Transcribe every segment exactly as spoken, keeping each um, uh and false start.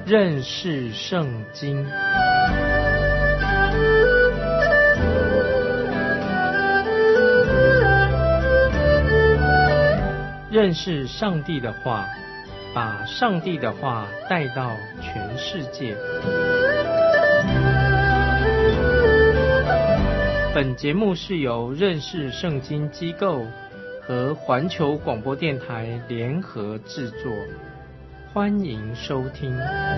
认识圣经。认识上帝的话，把上帝的话带到全世界。本节目是由认识圣经机构和环球广播电台联合制作，欢迎收听。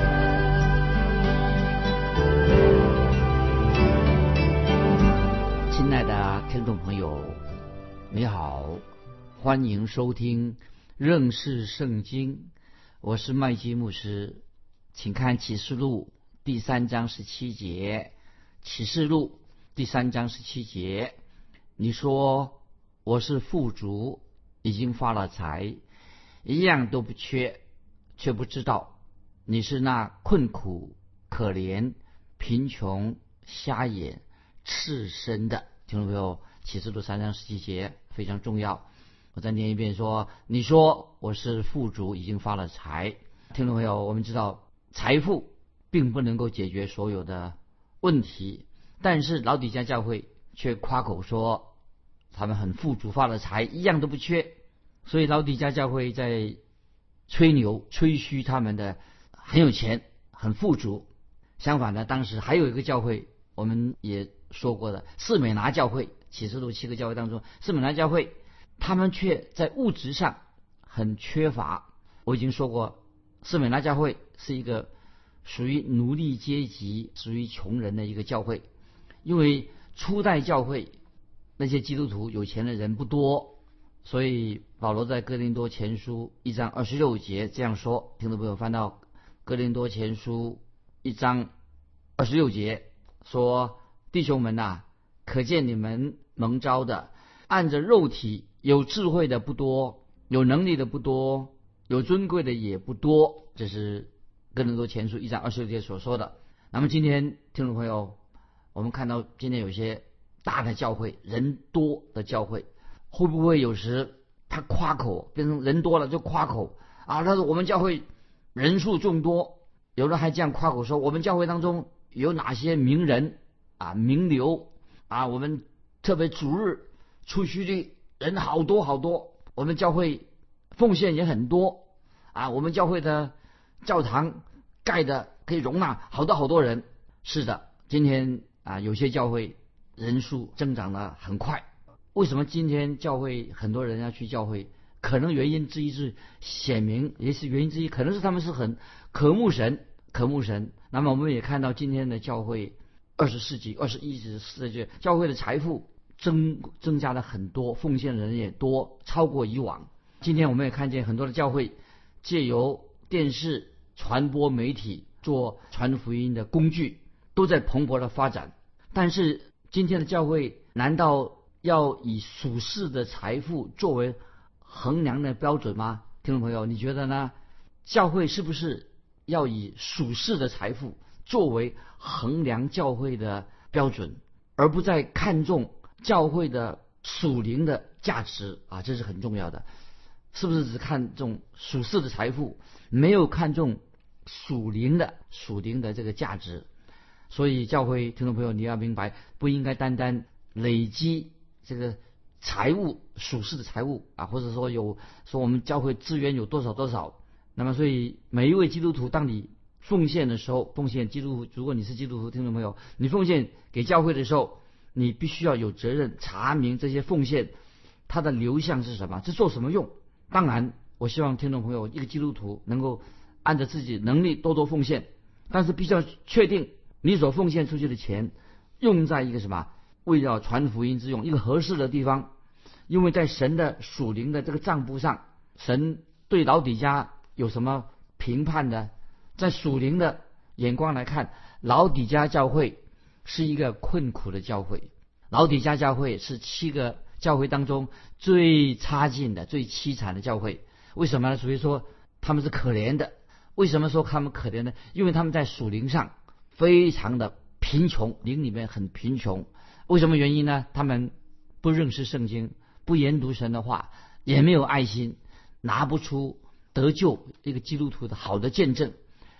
亲爱的听众朋友，你好，欢迎收听认识圣经，我是麦基牧师。请看启示录第三章十七节。启示录第三章十七节，你说我是富足，已经发了财，一样都不缺，却不知道你是那困苦、可怜、贫穷、瞎眼、赤身的。听众朋友，启示录三章十七节非常重要。我再念一遍，说你说我是富足，已经发了财。听众朋友，我们知道财富并不能够解决所有的问题，但是老底嘉教会却夸口说他们很富足，发了财，一样都不缺。所以老底嘉教会在吹牛吹嘘他们的很有钱，很富足。相反的，当时还有一个教会，我们也说过的士美拿教会，启示录七个教会当中，士美拿教会他们却在物质上很缺乏。我已经说过，士美拿教会是一个属于奴隶阶级、属于穷人的一个教会，因为初代教会那些基督徒有钱的人不多，所以保罗在哥林多前书一章二十六节这样说。听众朋友翻到哥林多前书一章二十六节说，弟兄们啊，可见你们蒙召的按着肉体有智慧的不多，有能力的不多，有尊贵的也不多。这是哥林多前书一章二十六节所说的。那么今天听众朋友，我们看到今天有些大的教会，人多的教会，会不会有时他夸口，变成人多了就夸口啊？他说我们教会人数众多，有人还这样夸口说我们教会当中有哪些名人啊、名流啊，我们特别主日出去的人好多好多，我们教会奉献也很多啊，我们教会的教堂盖的可以容纳好多好多人。是的，今天啊有些教会人数增长得很快。为什么今天教会很多人要去教会？可能原因之一是显明，也是原因之一，可能是他们是很渴慕神，渴慕神。那么我们也看到今天的教会，二十世纪、二十一世纪教会的财富增增加了很多，奉献的人也多，超过以往。今天我们也看见很多的教会借由电视传播媒体做传福音的工具，都在蓬勃的发展。但是今天的教会难道要以属世的财富作为衡量的标准吗？听众朋友，你觉得呢？教会是不是要以属世的财富作为衡量教会的标准，而不再看重教会的属灵的价值啊？这是很重要的。是不是只看重属世的财富，没有看重属灵的属灵的这个价值？所以教会听众朋友，你要明白，不应该单单累积这个财务，属世的财务啊，或者说有说我们教会资源有多少多少。那么所以每一位基督徒，当你奉献的时候，奉献基督徒，如果你是基督徒听众朋友，你奉献给教会的时候，你必须要有责任查明这些奉献它的流向是什么，是做什么用。当然我希望听众朋友，一个基督徒能够按照自己能力多多奉献，但是必须要确定你所奉献出去的钱用在一个什么，为了传福音之用，一个合适的地方。因为在神的属灵的这个账簿上，神对老底嘉有什么评判呢？在属灵的眼光来看，老底嘉教会是一个困苦的教会，老底嘉教会是七个教会当中最差劲的、最凄惨的教会。为什么呢？所以说他们是可怜的。为什么说他们可怜呢？因为他们在属灵上非常的贫穷，灵里面很贫穷。为什么原因呢？他们不认识圣经，不研读神的话，也没有爱心，拿不出得救一个基督徒的好的见证。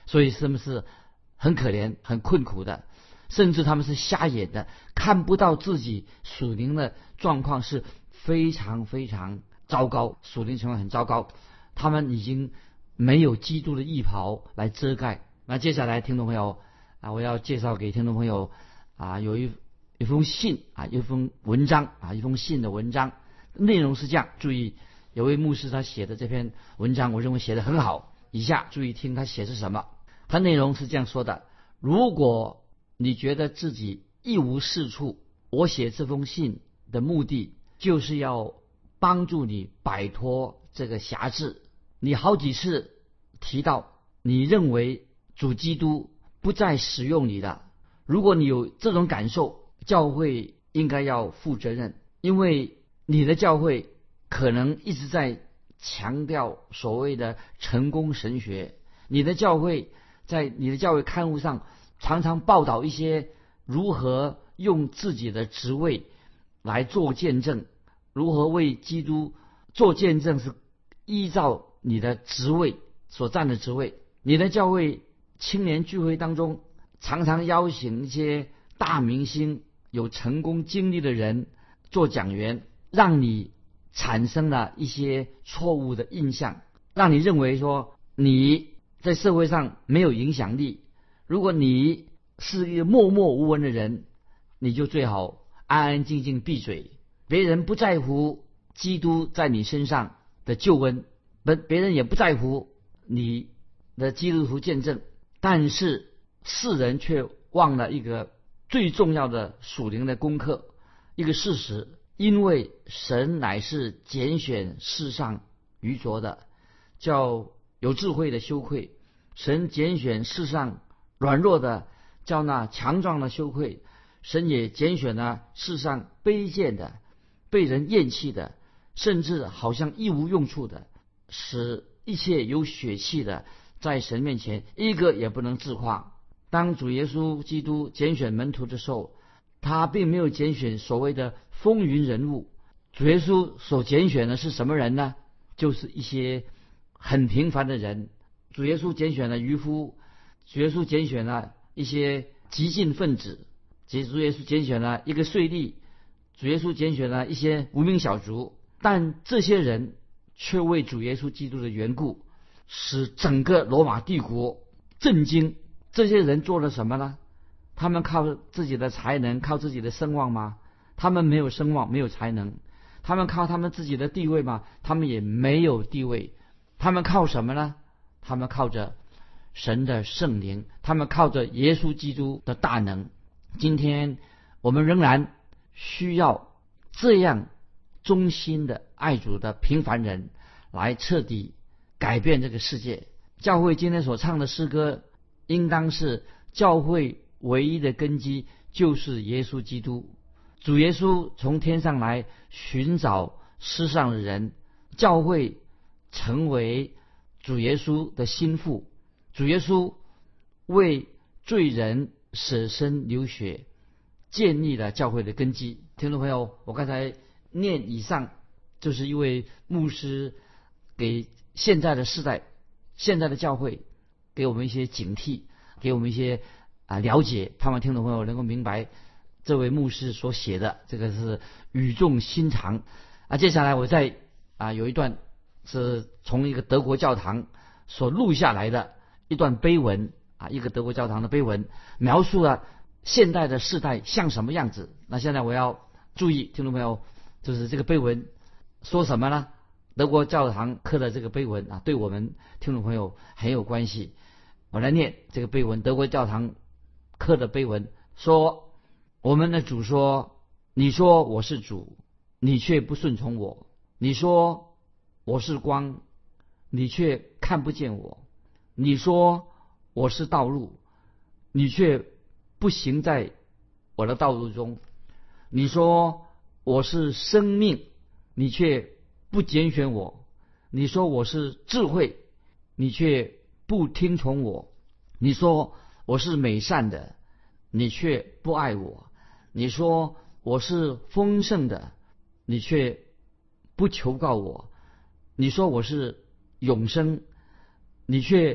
所以他们是很可怜、很困苦的，甚至他们是瞎眼的，看不到自己属灵的状况是非常非常糟糕，属灵情况很糟糕。他们已经没有基督的衣袍来遮盖。那接下来，听众朋友啊，我要介绍给听众朋友啊，有一一封信啊，一封文章啊，一封信的文章，内容是这样。注意，有位牧师他写的这篇文章，我认为写得很好。以下注意听他写是什么。他内容是这样说的：如果你觉得自己一无是处，我写这封信的目的就是要帮助你摆脱这个辖制。你好几次提到你认为主基督不再使用你了，如果你有这种感受，教会应该要负责任，因为你的教会可能一直在强调所谓的成功神学，你的教会在你的教会刊物上常常报道一些如何用自己的职位来做见证，如何为基督做见证是依照你的职位所占的职位。你的教会青年聚会当中常常邀请一些大明星、有成功经历的人做讲员，让你产生了一些错误的印象，让你认为说你在社会上没有影响力。如果你是一个默默无闻的人，你就最好安安静静闭嘴，别人不在乎基督在你身上的救恩，别别人也不在乎你的基督徒见证，但是世人却忘了一个最重要的属灵的功课，一个事实，因为神乃是拣选世上愚拙的，叫有智慧的羞愧；神拣选世上软弱的，叫那强壮的羞愧；神也拣选了世上卑贱的，被人厌弃的，甚至好像一无用处的，使一切有血气的在神面前一个也不能自夸。当主耶稣基督拣选门徒的时候，他并没有拣选所谓的风云人物。主耶稣所拣选的是什么人呢？就是一些很平凡的人。主耶稣拣选了渔夫，主耶稣拣选了一些激进分子，主耶稣拣选了一个税吏，主耶稣拣选了一些无名小卒，但这些人却为主耶稣基督的缘故，使整个罗马帝国震惊。这些人做了什么呢？他们靠自己的才能，靠自己的声望吗？他们没有声望，没有才能。他们靠他们自己的地位吗？他们也没有地位。他们靠什么呢？他们靠着神的圣灵，他们靠着耶稣基督的大能。今天我们仍然需要这样忠心的爱主的平凡人来彻底改变这个世界。教会今天所唱的诗歌应当是教会唯一的根基，就是耶稣基督。主耶稣从天上来寻找世上的人，教会成为主耶稣的心腹。主耶稣为罪人舍身流血，建立了教会的根基。听众朋友，我刚才念以上就是一位牧师给现在的世代、现在的教会给我们一些警惕，给我们一些啊了解，盼望听众朋友能够明白这位牧师所写的这个是语重心长啊。接下来我再啊有一段是从一个德国教堂所录下来的一段碑文啊，一个德国教堂的碑文，描述了现代的世代像什么样子。那现在我要注意，听众朋友，就是这个碑文说什么呢？德国教堂刻的这个碑文啊，对我们听众朋友很有关系。我来念这个碑文，德国教堂刻的碑文说：我们的主说，你说我是主，你却不顺从我；你说我是光，你却看不见我；你说我是道路，你却不行在我的道路中；你说我是生命，你却不拣选我；你说我是智慧，你却不听从我；你说我是美善的，你却不爱我；你说我是丰盛的，你却不求告我；你说我是永生，你却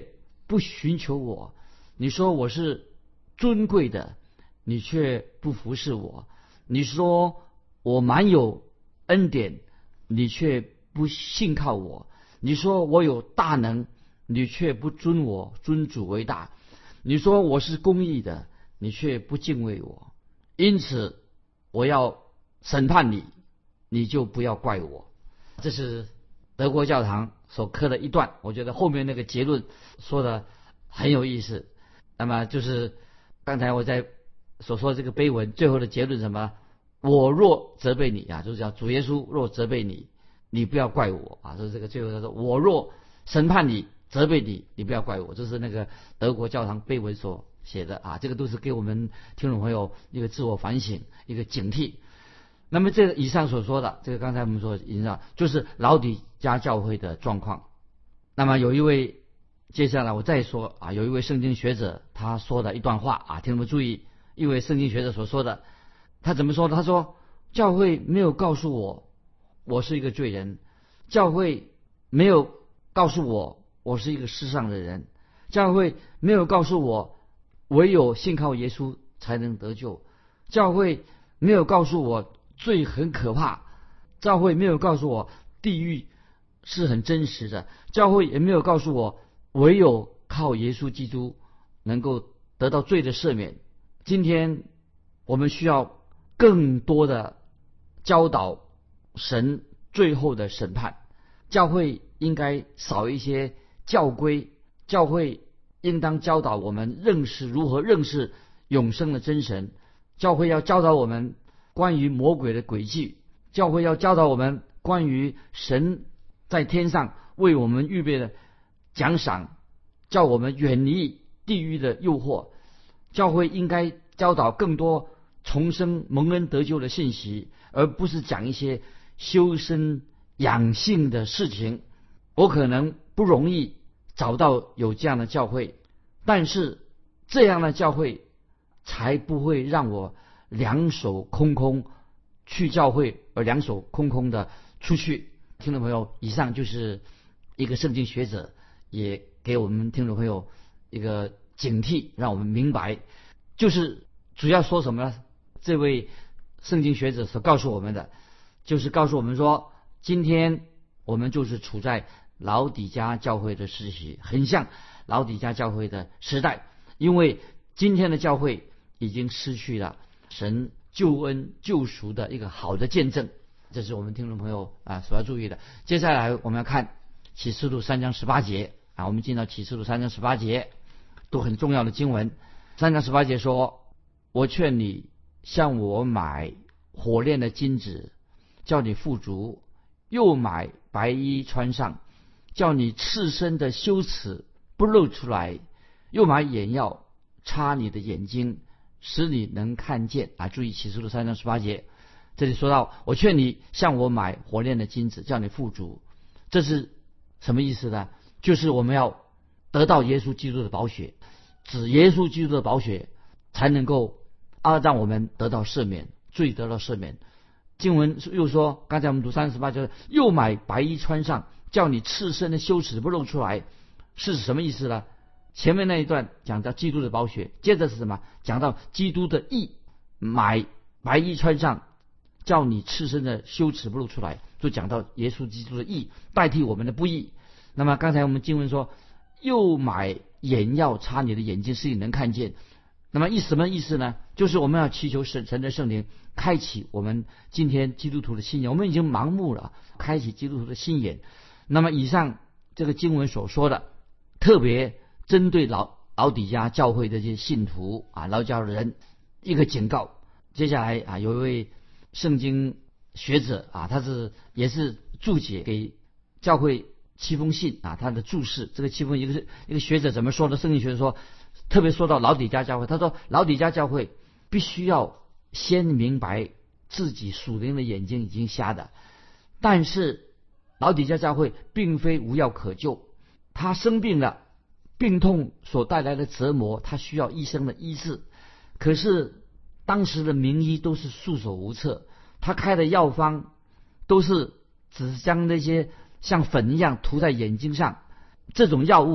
不寻求我；你说我是尊贵的，你却不服侍我；你说我满有恩典，你却不信靠我；你说我有大能，你却不尊我，尊主为大；你说我是公义的，你却不敬畏我。因此我要审判你，你就不要怪我。这是德国教堂所刻的一段，我觉得后面那个结论说的很有意思。那么就是刚才我在所说的这个碑文最后的结论是什么？我若责备你啊，就是讲主耶稣若责备你，你不要怪我啊。就是这个最后他说，我若审判你，责备你，你不要怪我。这是那个德国教堂碑文所写的啊，这个都是给我们听众朋友一个自我反省，一个警惕。那么这个以上所说的，这个刚才我们说以上就是老底嘉教会的状况。那么有一位，接下来我再说啊，有一位圣经学者他说的一段话啊，听我们注意，一位圣经学者所说的，他怎么说的？他说，教会没有告诉我我是一个罪人，教会没有告诉我我是一个世上的人，教会没有告诉我唯有信靠耶稣才能得救，教会没有告诉我罪很可怕，教会没有告诉我地狱是很真实的，教会也没有告诉我唯有靠耶稣基督能够得到罪的赦免。今天我们需要更多的教导神最后的审判，教会应该少一些教规，教会应当教导我们认识如何认识永生的真神，教会要教导我们关于魔鬼的诡计，教会要教导我们关于神在天上为我们预备的奖赏，叫我们远离地狱的诱惑。教会应该教导更多重生蒙恩得救的信息，而不是讲一些修身养性的事情。我可能不容易找到有这样的教会，但是这样的教会才不会让我两手空空去教会，而两手空空的出去。听众朋友，以上就是一个圣经学者也给我们听众朋友一个警惕，让我们明白，就是主要说什么呢？这位圣经学者所告诉我们的，就是告诉我们说，今天我们就是处在老底嘉教会的时期，很像老底嘉教会的时代，因为今天的教会已经失去了神救恩救赎的一个好的见证，这是我们听众朋友啊所要注意的。接下来我们要看启示录三章十八节啊，我们进到启示录三章十八节，都很重要的经文。三章十八节说，我劝你向我买火炼的金子，叫你富足，又买白衣穿上，叫你赤身的羞耻不露出来，又买眼药擦你的眼睛，使你能看见啊！注意启示录三章十八节，这里说到，我劝你向我买火炼的金子，叫你富足。这是什么意思呢？就是我们要得到耶稣基督的宝血，指耶稣基督的宝血才能够啊让我们得到赦免，罪得到赦免。经文又说，刚才我们读三十八节，又买白衣穿上，叫你赤身的羞耻不露出来，是什么意思呢？前面那一段讲到基督的宝血，接着是什么？讲到基督的义，买白衣穿上，叫你赤身的羞耻不露出来，就讲到耶稣基督的义代替我们的不义。那么刚才我们经文说，又买眼药擦你的眼睛，使你能看见。那么意什么意思呢？就是我们要祈求神神的圣灵开启我们今天基督徒的心眼，我们已经盲目了，开启基督徒的心眼。那么以上这个经文所说的，特别针对老老底嘉教会的这些信徒啊，老教的人一个警告。接下来啊，有一位圣经学者啊，他是也是注解给教会七封信啊，他的注释，这个七封一个是一个学者怎么说的？圣经学者说，特别说到老底嘉教会，他说老底嘉教会必须要先明白自己属灵的眼睛已经瞎的，但是老底嘉教会并非无药可救，他生病了，病痛所带来的折磨，他需要医生的医治，可是当时的名医都是束手无策，他开的药方都是只将那些像粉一样涂在眼睛上，这种药物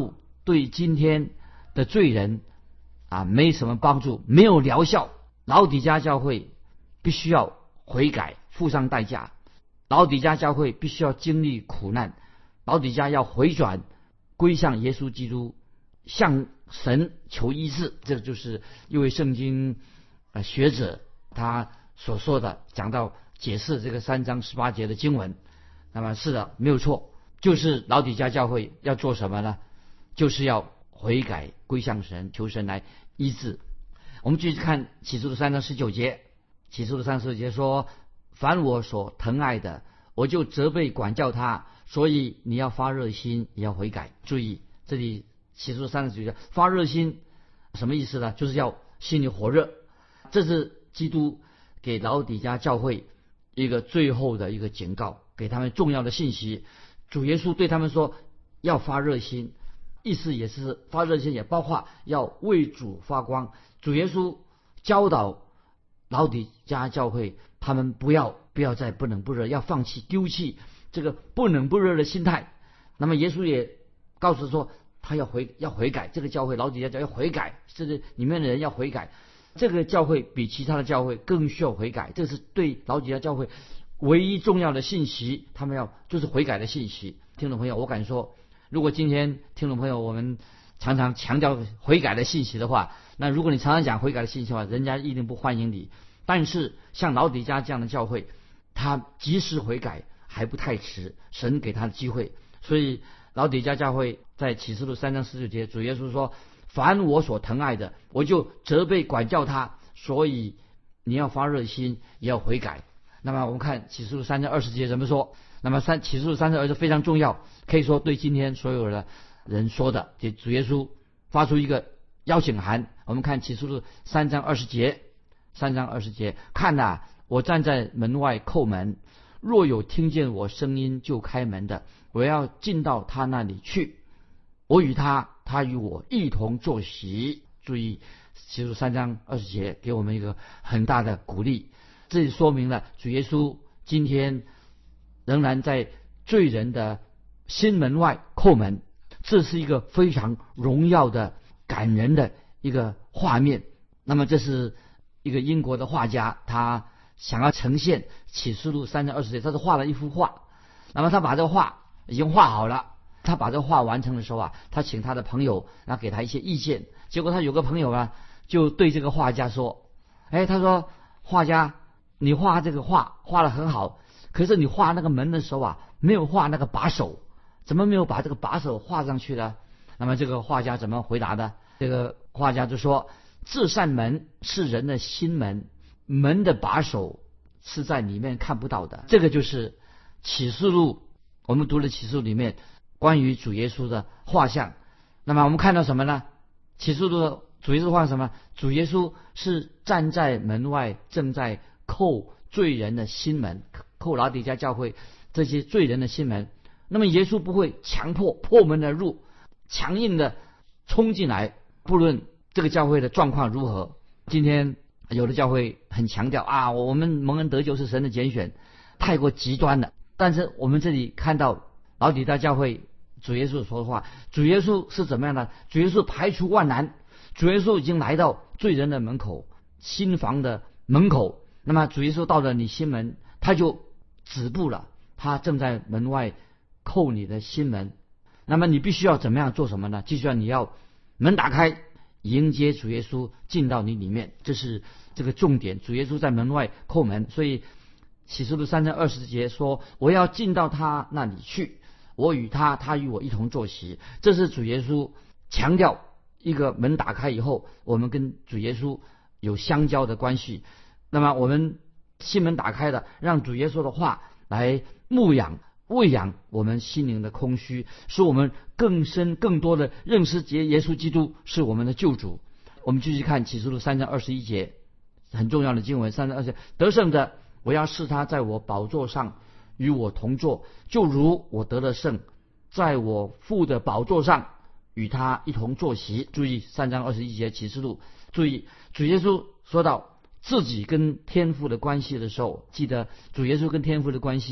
对今天的罪人啊没什么帮助，没有疗效。老底嘉教会必须要悔改，付上代价。老底嘉教会必须要经历苦难，老底嘉要回转，归向耶稣基督，向神求医治。这就是一位圣经呃学者他所说的，讲到解释这个三章十八节的经文。那么是的，没有错，就是老底嘉教会要做什么呢？就是要悔改，归向神，求神来医治。我们继续看启示录三章十九节，启示录三章十九节说，凡我所疼爱的，我就责备管教他，所以你要发热心，也要悔改。注意这里启示录三章十九节发热心什么意思呢？就是要心里火热。这是基督给老底嘉教会一个最后的一个警告，给他们重要的信息。主耶稣对他们说要发热心，意思也是发热心，也包括要为主发光。主耶稣教导老底嘉教会，他们不要不要再不冷不热，要放弃丢弃这个不冷不热的心态。那么耶稣也告诉说，他要悔要悔改，这个教会老底嘉教要悔改，这个里面的人要悔改。这个教会比其他的教会更需要悔改，这是对老底嘉教会唯一重要的信息，他们要就是悔改的信息。听众朋友，我敢说，如果今天听众朋友我们常常强调悔改的信息的话，那如果你常常讲悔改的信息的话，人家一定不欢迎你。但是像老底嘉这样的教会，他及时悔改还不太迟，神给他的机会。所以老底嘉教会在启示录三章十九节，主耶稣说，凡我所疼爱的，我就责备管教他，所以你要发热心，也要悔改。那么我们看启示录三章二十节怎么说？那么三启示录三章二十非常重要，可以说对今天所有的人说的，就主耶稣发出一个邀请函。我们看启示录三章二十节，三章二十节，看哪、啊，我站在门外叩门，若有听见我声音就开门的，我要进到他那里去，我与他，他与我一同坐席。注意启示录三章二十节给我们一个很大的鼓励，这里说明了主耶稣今天仍然在罪人的心门外叩门，这是一个非常荣耀的感人的一个画面。那么这是一个英国的画家，他想要呈现启示录三章二十节，他是画了一幅画。那么他把这个画已经画好了，他把这个画完成的时候啊，他请他的朋友来给他一些意见。结果他有个朋友啊，就对这个画家说，哎，他说画家，你画这个画画得很好，可是你画那个门的时候啊，没有画那个把手，怎么没有把这个把手画上去呢？那么这个画家怎么回答的？这个画家就说，这扇门是人的心门，门的把手是在里面看不到的。这个就是启示录，我们读的启示录里面关于主耶稣的画像。那么我们看到什么呢？启示录的主耶稣画什么？主耶稣是站在门外，正在叩罪人的心门，叩老底嘉教会这些罪人的心门。那么耶稣不会强迫破门而入，强硬的冲进来，不论这个教会的状况如何。今天有的教会很强调啊，我们蒙恩得救是神的拣选，太过极端了。但是我们这里看到老底嘉教会主耶稣说的话，主耶稣是怎么样的？主耶稣排除万难，主耶稣已经来到罪人的门口，心房的门口。那么主耶稣到了你心门，他就止步了，他正在门外叩你的心门。那么你必须要怎么样做什么呢？就需要你要门打开，迎接主耶稣进到你里面，这是这个重点。主耶稣在门外叩门，所以启示录三章二十节说，我要进到他那里去，我与他，他与我一同坐席。这是主耶稣强调，一个门打开以后，我们跟主耶稣有相交的关系。那么我们心门打开了，让主耶稣的话来牧养喂养我们心灵的空虚，使我们更深更多的认识耶稣基督是我们的救主。我们继续看启示录三章二十一节，很重要的经文。三章二十，得胜的，我要使他在我宝座上与我同坐，就如我得了胜，在我父的宝座上与他一同坐席。注意三章二十一节启示录，注意主耶稣说到自己跟天父的关系的时候，记得主耶稣跟天父的关系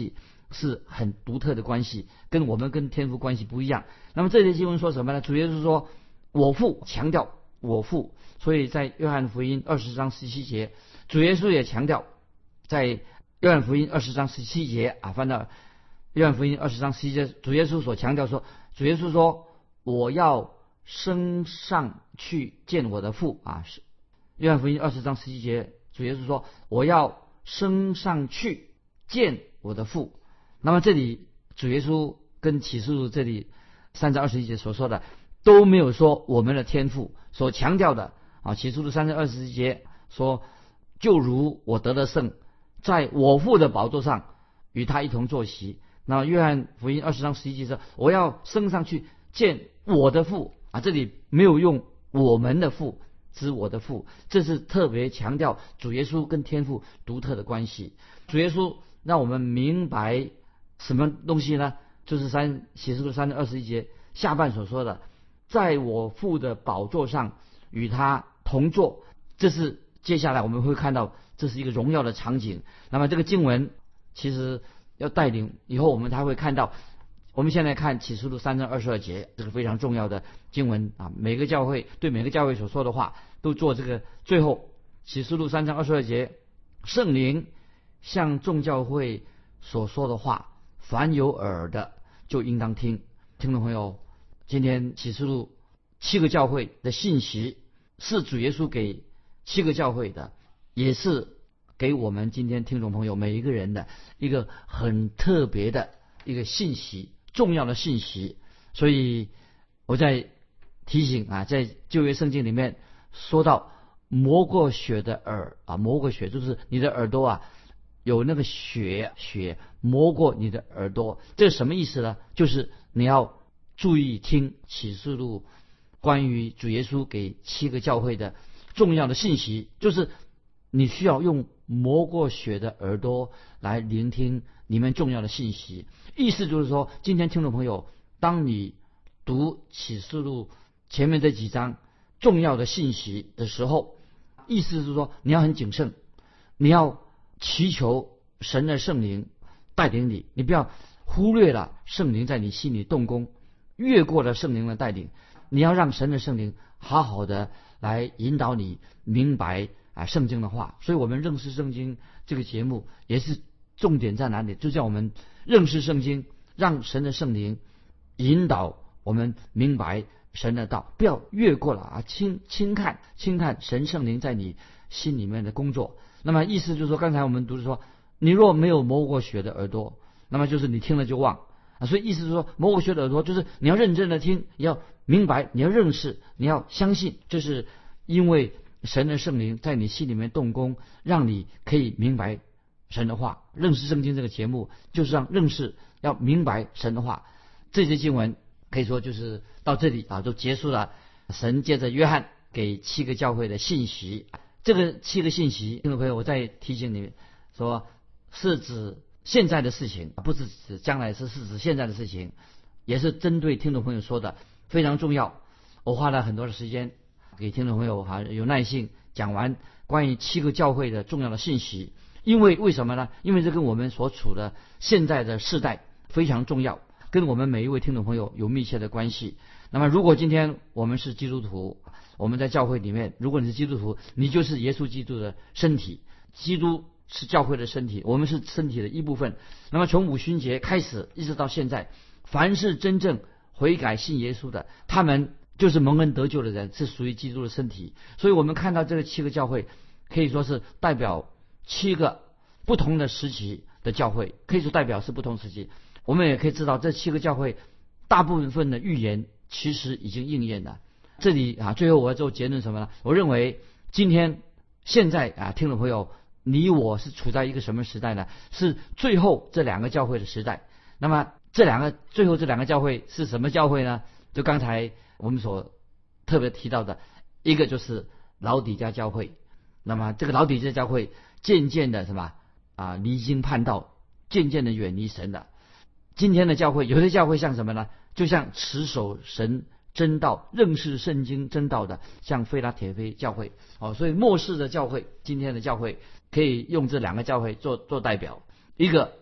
是很独特的关系，跟我们跟天父关系不一样。那么这节经文说什么呢？主耶稣说我父，强调我父，所以在约翰福音二十章十七节，主耶稣也强调，在约翰福音二十章十七节啊，翻到约翰福音二十章十七节，主耶稣所强调说，主耶稣说我要升上去见我的父啊，是约翰福音二十章十七节，主耶稣说我要升上去见我的父。那么这里主耶稣跟启示录这里三章二十一节所说的都没有说我们的天父，所强调的啊，启示录三章二十一节说就如我得了胜，在我父的宝座上与他一同坐席。那么约翰福音二十章十一节说我要升上去见我的父啊，这里没有用我们的父，指我的父，这是特别强调主耶稣跟天父独特的关系。主耶稣让我们明白什么东西呢？就是三启示录三章二十一节下半所说的，在我父的宝座上与他同坐。这是接下来我们会看到，这是一个荣耀的场景。那么这个经文其实要带领以后我们才会看到。我们现在看启示录三章二十二节，这个非常重要的经文啊，每个教会对每个教会所说的话都做这个。最后启示录三章二十二节，圣灵向众教会所说的话，凡有耳的就应当听。听众朋友，今天启示录七个教会的信息是主耶稣给七个教会的，也是给我们今天听众朋友每一个人的一个很特别的一个信息，重要的信息。所以我在提醒啊，在旧约圣经里面说到磨过血的耳啊，磨过血就是你的耳朵啊，有那个血血磨过你的耳朵，这是什么意思呢？就是你要注意听启示录关于主耶稣给七个教会的重要的信息，就是你需要用磨过血的耳朵来聆听里面重要的信息。意思就是说，今天听众朋友，当你读启示录前面这几章重要的信息的时候，意思是说你要很谨慎，你要祈求神的圣灵带领你，你不要忽略了圣灵在你心里动工，越过了圣灵的带领，你要让神的圣灵好好的来引导你明白啊圣经的话。所以我们认识圣经这个节目也是重点在哪里？就叫我们认识圣经，让神的圣灵引导我们明白神的道，不要越过了啊，轻轻看轻看神圣灵在你心里面的工作。那么意思就是说，刚才我们读是说，你若没有磨过血的耳朵，那么就是你听了就忘啊。所以意思是说，磨过血的耳朵就是你要认真的听，你要明白，你要认识，你要相信，就是因为神的圣灵在你心里面动工，让你可以明白神的话。认识圣经这个节目就是让认识，要明白神的话。这些经文可以说就是到这里啊，就结束了神借着约翰给七个教会的信息。这个七个信息，听众朋友，我再提醒你说，是指现在的事情，不是指将来，是是指现在的事情，也是针对听众朋友说的，非常重要。我花了很多的时间给听众朋友哈有耐性讲完关于七个教会的重要的信息。因为为什么呢？因为这跟我们所处的现在的世代非常重要，跟我们每一位听众朋友有密切的关系。那么如果今天我们是基督徒，我们在教会里面，如果你是基督徒，你就是耶稣基督的身体，基督是教会的身体，我们是身体的一部分。那么从五旬节开始一直到现在，凡是真正悔改信耶稣的，他们就是蒙恩得救的人，是属于基督的身体。所以我们看到这个七个教会可以说是代表七个不同的时期的教会，可以说代表是不同时期。我们也可以知道这七个教会大部分的预言其实已经应验了。这里啊，最后我要做结论什么呢？我认为今天现在啊，听众朋友，你我是处在一个什么时代呢？是最后这两个教会的时代。那么这两个最后这两个教会是什么教会呢？就刚才我们所特别提到的，一个就是老底嘉教会。那么这个老底嘉教会渐渐的什么啊离经叛道，渐渐的远离神了。今天的教会，有些教会像什么呢？就像持守神真道、认识圣经真道的，像菲拉铁菲教会。哦，所以末世的教会，今天的教会可以用这两个教会做做代表。一个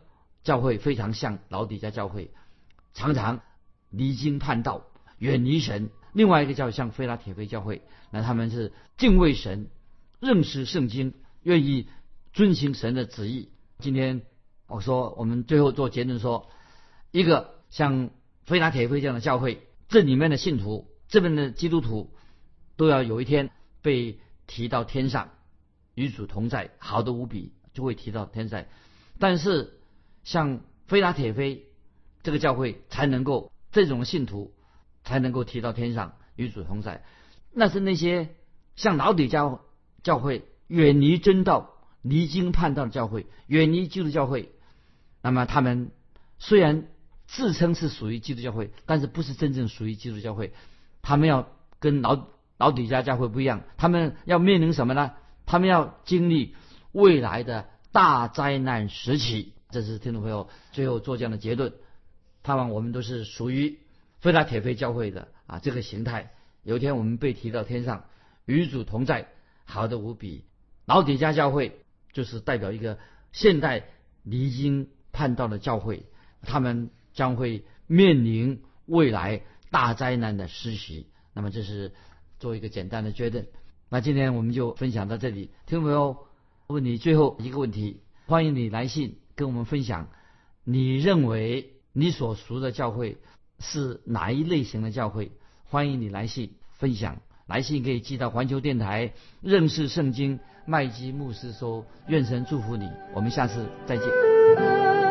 教会非常像老底嘉教会，常常离经叛道，远离神。另外一个教会像菲拉铁菲教会，那他们是敬畏神，认识圣经，愿意遵行神的旨意。今天我说我们最后做结论说，一个像菲拉铁菲这样的教会，这里面的信徒，这边的基督徒都要有一天被提到天上，与主同在，好的无比，就会提到天上。但是像菲拉铁菲这个教会才能够，这种信徒才能够提到天上，与主同在。那是那些像老底嘉教会远离真道，离经叛道的教会，远离基督教会，那么他们虽然自称是属于基督教会，但是不是真正属于基督教会。他们要跟老老底嘉教会不一样，他们要面临什么呢？他们要经历未来的大灾难时期。这是听众朋友最后做这样的结论。盼望我们都是属于菲拉铁菲教会的啊这个形态。有一天我们被提到天上，与主同在，好的无比。老底嘉教会就是代表一个现代离经叛道的教会，他们将会面临未来大灾难的时期。那么这是做一个简单的决定。那今天我们就分享到这里。听众朋友，问你最后一个问题，欢迎你来信跟我们分享，你认为你所属的教会是哪一类型的教会？欢迎你来信分享。来信可以寄到环球电台认识圣经麦基牧师收。愿神祝福你，我们下次再见。